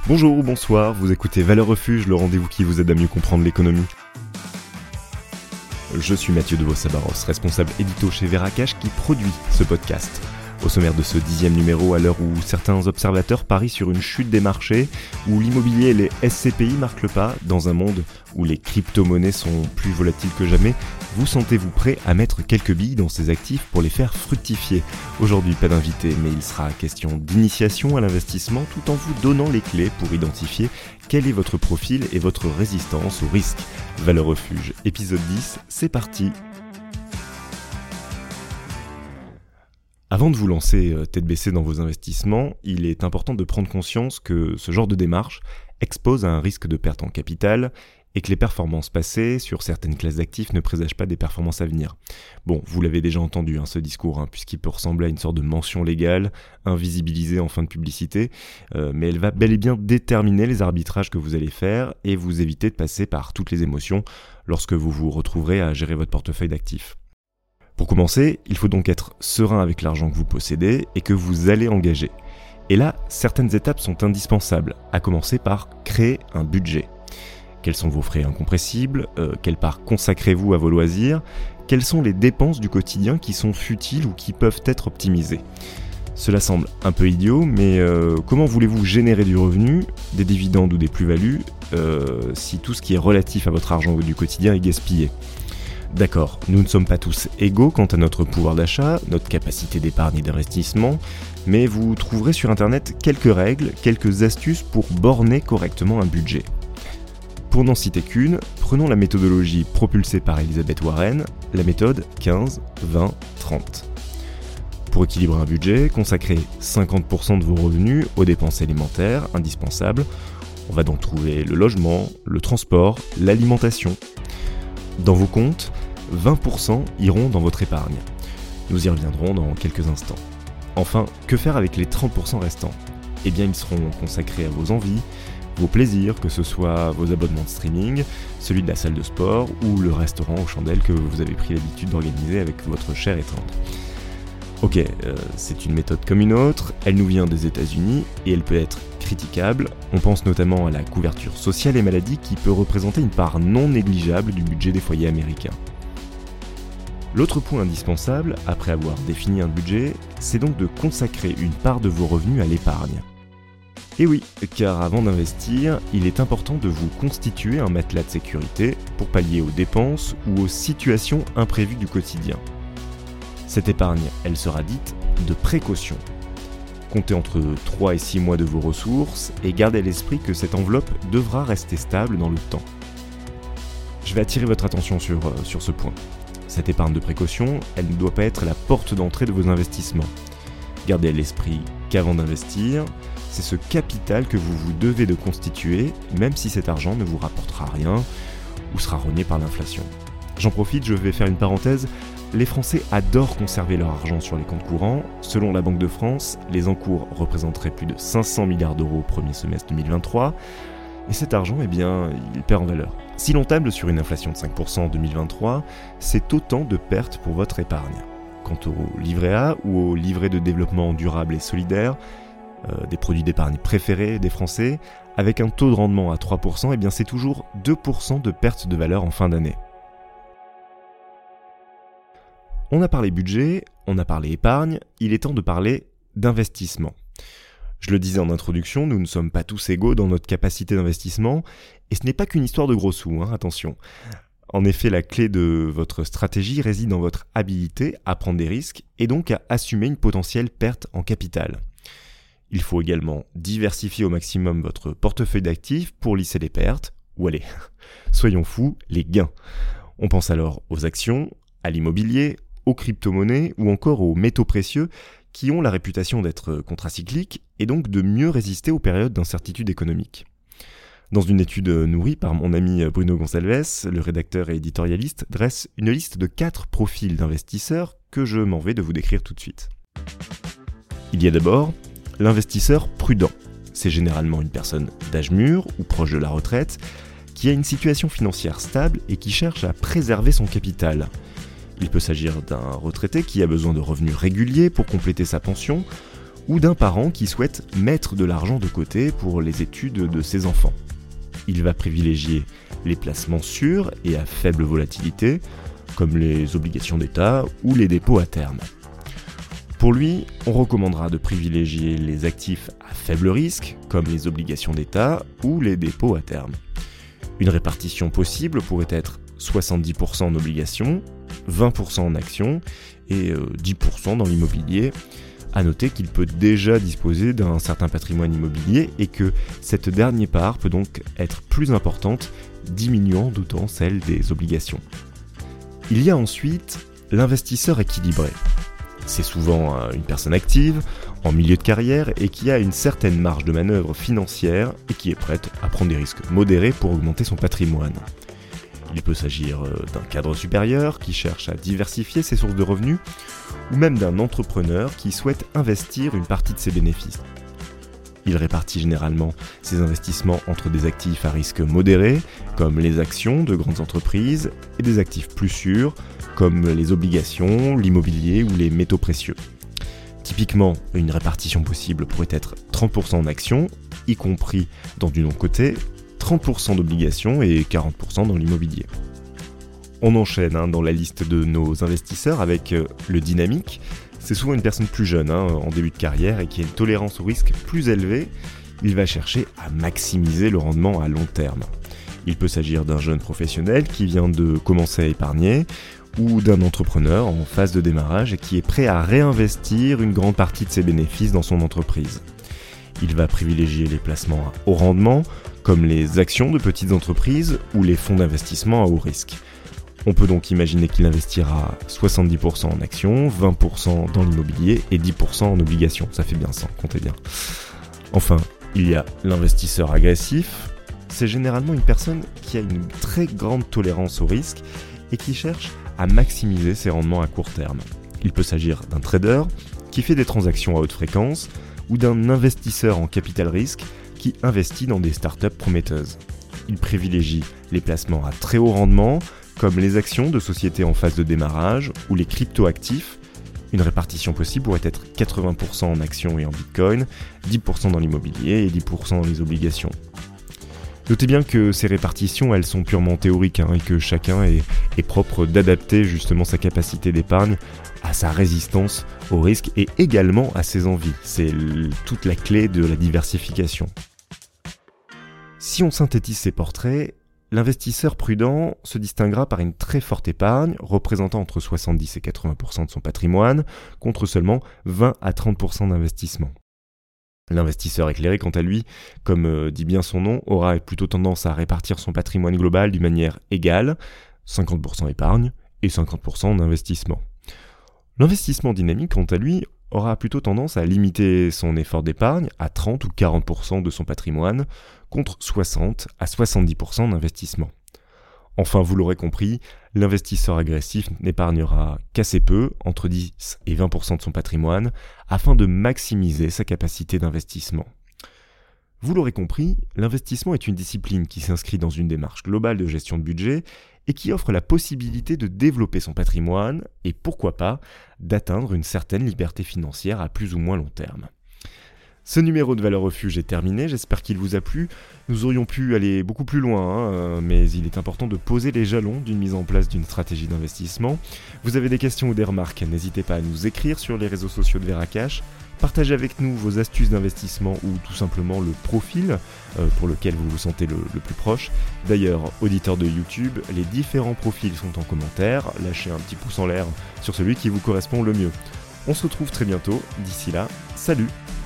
Bonjour ou bonsoir, vous écoutez Valeurs Refuge, le rendez-vous qui vous aide à mieux comprendre l'économie. Je suis Mathieu de Vos-Sabaros, responsable édito chez Veracash qui produit ce podcast. Au sommaire de ce 10e numéro, à l'heure où certains observateurs parient sur une chute des marchés, où l'immobilier et les SCPI marquent le pas, dans un monde où les crypto-monnaies sont plus volatiles que jamais, vous sentez-vous prêt à mettre quelques billes dans ces actifs pour les faire fructifier ? Aujourd'hui, pas d'invité, mais il sera question d'initiation à l'investissement tout en vous donnant les clés pour identifier quel est votre profil et votre résistance au risque. Valeurs Refuge, épisode 10, c'est parti. Avant de vous lancer tête baissée dans vos investissements, il est important de prendre conscience que ce genre de démarche expose à un risque de perte en capital et que les performances passées sur certaines classes d'actifs ne présagent pas des performances à venir. Bon, vous l'avez déjà entendu, ce discours, puisqu'il peut ressembler à une sorte de mention légale, invisibilisée en fin de publicité, mais elle va bel et bien déterminer les arbitrages que vous allez faire et vous éviter de passer par toutes les émotions lorsque vous vous retrouverez à gérer votre portefeuille d'actifs. Pour commencer, il faut donc être serein avec l'argent que vous possédez et que vous allez engager. Et là, certaines étapes sont indispensables, à commencer par créer un budget. Quels sont vos frais incompressibles ? Quelle part consacrez-vous à vos loisirs ? Quelles sont les dépenses du quotidien qui sont futiles ou qui peuvent être optimisées ? Cela semble un peu idiot, mais comment voulez-vous générer du revenu, des dividendes ou des plus-values, si tout ce qui est relatif à votre argent du quotidien est gaspillé ? D'accord, nous ne sommes pas tous égaux quant à notre pouvoir d'achat, notre capacité d'épargne et d'investissement, mais vous trouverez sur internet quelques règles, quelques astuces pour borner correctement un budget. Pour n'en citer qu'une, prenons la méthodologie propulsée par Elizabeth Warren, la méthode 15-20-30. Pour équilibrer un budget, consacrez 50% de vos revenus aux dépenses élémentaires, indispensables. On va donc trouver le logement, le transport, l'alimentation. Dans vos comptes, 20% iront dans votre épargne. Nous y reviendrons dans quelques instants. Enfin, que faire avec les 30% restants ? Eh bien, ils seront consacrés à vos envies, vos plaisirs, que ce soit vos abonnements de streaming, celui de la salle de sport ou le restaurant aux chandelles que vous avez pris l'habitude d'organiser avec votre chère et tendre. Ok, c'est une méthode comme une autre, elle nous vient des États-Unis et elle peut être critiquable. On pense notamment à la couverture sociale et maladie qui peut représenter une part non négligeable du budget des foyers américains. L'autre point indispensable, après avoir défini un budget, c'est donc de consacrer une part de vos revenus à l'épargne. Et oui, car avant d'investir, il est important de vous constituer un matelas de sécurité pour pallier aux dépenses ou aux situations imprévues du quotidien. Cette épargne, elle sera dite de précaution. Comptez entre 3 et 6 mois de vos ressources et gardez à l'esprit que cette enveloppe devra rester stable dans le temps. Je vais attirer votre attention sur ce point. Cette épargne de précaution, elle ne doit pas être la porte d'entrée de vos investissements. Gardez à l'esprit qu'avant d'investir, c'est ce capital que vous devez de constituer, même si cet argent ne vous rapportera rien ou sera rogné par l'inflation. J'en profite, je vais faire une parenthèse. Les Français adorent conserver leur argent sur les comptes courants. Selon la Banque de France, les encours représenteraient plus de 500 milliards d'euros au premier semestre 2023. Et cet argent, il perd en valeur. Si l'on table sur une inflation de 5% en 2023, c'est autant de pertes pour votre épargne. Quant au livret A ou au livret de développement durable et solidaire, des produits d'épargne préférés des Français, avec un taux de rendement à 3%, c'est toujours 2% de perte de valeur en fin d'année. On a parlé budget, on a parlé épargne, il est temps de parler d'investissement. Je le disais en introduction, nous ne sommes pas tous égaux dans notre capacité d'investissement, et ce n'est pas qu'une histoire de gros sous, attention. En effet, la clé de votre stratégie réside dans votre habilité à prendre des risques, et donc à assumer une potentielle perte en capital. Il faut également diversifier au maximum votre portefeuille d'actifs pour lisser les pertes, ou allez, soyons fous, les gains. On pense alors aux actions, à l'immobilier, aux crypto-monnaies ou encore aux métaux précieux qui ont la réputation d'être contracycliques et donc de mieux résister aux périodes d'incertitude économique. Dans une étude nourrie par mon ami Bruno Gonçalves, le rédacteur et éditorialiste dresse une liste de 4 profils d'investisseurs que je m'en vais de vous décrire tout de suite. Il y a d'abord l'investisseur prudent. C'est généralement une personne d'âge mûr ou proche de la retraite qui a une situation financière stable et qui cherche à préserver son capital. Il peut s'agir d'un retraité qui a besoin de revenus réguliers pour compléter sa pension, ou d'un parent qui souhaite mettre de l'argent de côté pour les études de ses enfants. Il va privilégier les placements sûrs et à faible volatilité, comme les obligations d'État ou les dépôts à terme. Pour lui, on recommandera de privilégier les actifs à faible risque, comme les obligations d'État ou les dépôts à terme. Une répartition possible pourrait être 70% en obligations, 20% en actions et 10% dans l'immobilier. À noter qu'il peut déjà disposer d'un certain patrimoine immobilier et que cette dernière part peut donc être plus importante, diminuant d'autant celle des obligations. Il y a ensuite l'investisseur équilibré. C'est souvent une personne active, en milieu de carrière et qui a une certaine marge de manœuvre financière et qui est prête à prendre des risques modérés pour augmenter son patrimoine. Il peut s'agir d'un cadre supérieur qui cherche à diversifier ses sources de revenus ou même d'un entrepreneur qui souhaite investir une partie de ses bénéfices. Il répartit généralement ses investissements entre des actifs à risque modéré, comme les actions de grandes entreprises, et des actifs plus sûrs, comme les obligations, l'immobilier ou les métaux précieux. Typiquement, une répartition possible pourrait être 30% en actions, y compris dans du non-coté, 30% d'obligations et 40% dans l'immobilier. On enchaîne dans la liste de nos investisseurs avec le dynamique. C'est souvent une personne plus jeune, en début de carrière et qui a une tolérance au risque plus élevée. Il va chercher à maximiser le rendement à long terme. Il peut s'agir d'un jeune professionnel qui vient de commencer à épargner ou d'un entrepreneur en phase de démarrage et qui est prêt à réinvestir une grande partie de ses bénéfices dans son entreprise. Il va privilégier les placements à haut rendement, comme les actions de petites entreprises ou les fonds d'investissement à haut risque. On peut donc imaginer qu'il investira 70% en actions, 20% dans l'immobilier et 10% en obligations. Ça fait bien 100, comptez bien. Enfin, il y a l'investisseur agressif. C'est généralement une personne qui a une très grande tolérance au risque et qui cherche à maximiser ses rendements à court terme. Il peut s'agir d'un trader qui fait des transactions à haute fréquence ou d'un investisseur en capital risque qui investit dans des startups prometteuses. Il privilégie les placements à très haut rendement, comme les actions de sociétés en phase de démarrage ou les crypto-actifs. Une répartition possible pourrait être 80% en actions et en bitcoin, 10% dans l'immobilier et 10% dans les obligations. Notez bien que ces répartitions, elles sont purement théoriques et que chacun est propre d'adapter justement sa capacité d'épargne à sa résistance au risque et également à ses envies. C'est toute la clé de la diversification. Si on synthétise ces portraits, l'investisseur prudent se distinguera par une très forte épargne, représentant entre 70 et 80% de son patrimoine, contre seulement 20 à 30% d'investissement. L'investisseur éclairé, quant à lui, comme dit bien son nom, aura plutôt tendance à répartir son patrimoine global d'une manière égale, 50% épargne et 50% en investissement. L'investissement dynamique, quant à lui, aura plutôt tendance à limiter son effort d'épargne à 30 ou 40% de son patrimoine, contre 60 à 70% d'investissement. Enfin, vous l'aurez compris, l'investisseur agressif n'épargnera qu'assez peu, entre 10 et 20% de son patrimoine, afin de maximiser sa capacité d'investissement. Vous l'aurez compris, l'investissement est une discipline qui s'inscrit dans une démarche globale de gestion de budget et qui offre la possibilité de développer son patrimoine et, pourquoi pas, d'atteindre une certaine liberté financière à plus ou moins long terme. Ce numéro de Valeurs Refuge est terminé, j'espère qu'il vous a plu. Nous aurions pu aller beaucoup plus loin, mais il est important de poser les jalons d'une mise en place d'une stratégie d'investissement. Vous avez des questions ou des remarques, n'hésitez pas à nous écrire sur les réseaux sociaux de Veracash. Partagez avec nous vos astuces d'investissement ou tout simplement le profil pour lequel vous vous sentez le plus proche. D'ailleurs, auditeurs de YouTube, les différents profils sont en commentaire. Lâchez un petit pouce en l'air sur celui qui vous correspond le mieux. On se retrouve très bientôt. D'ici là, salut!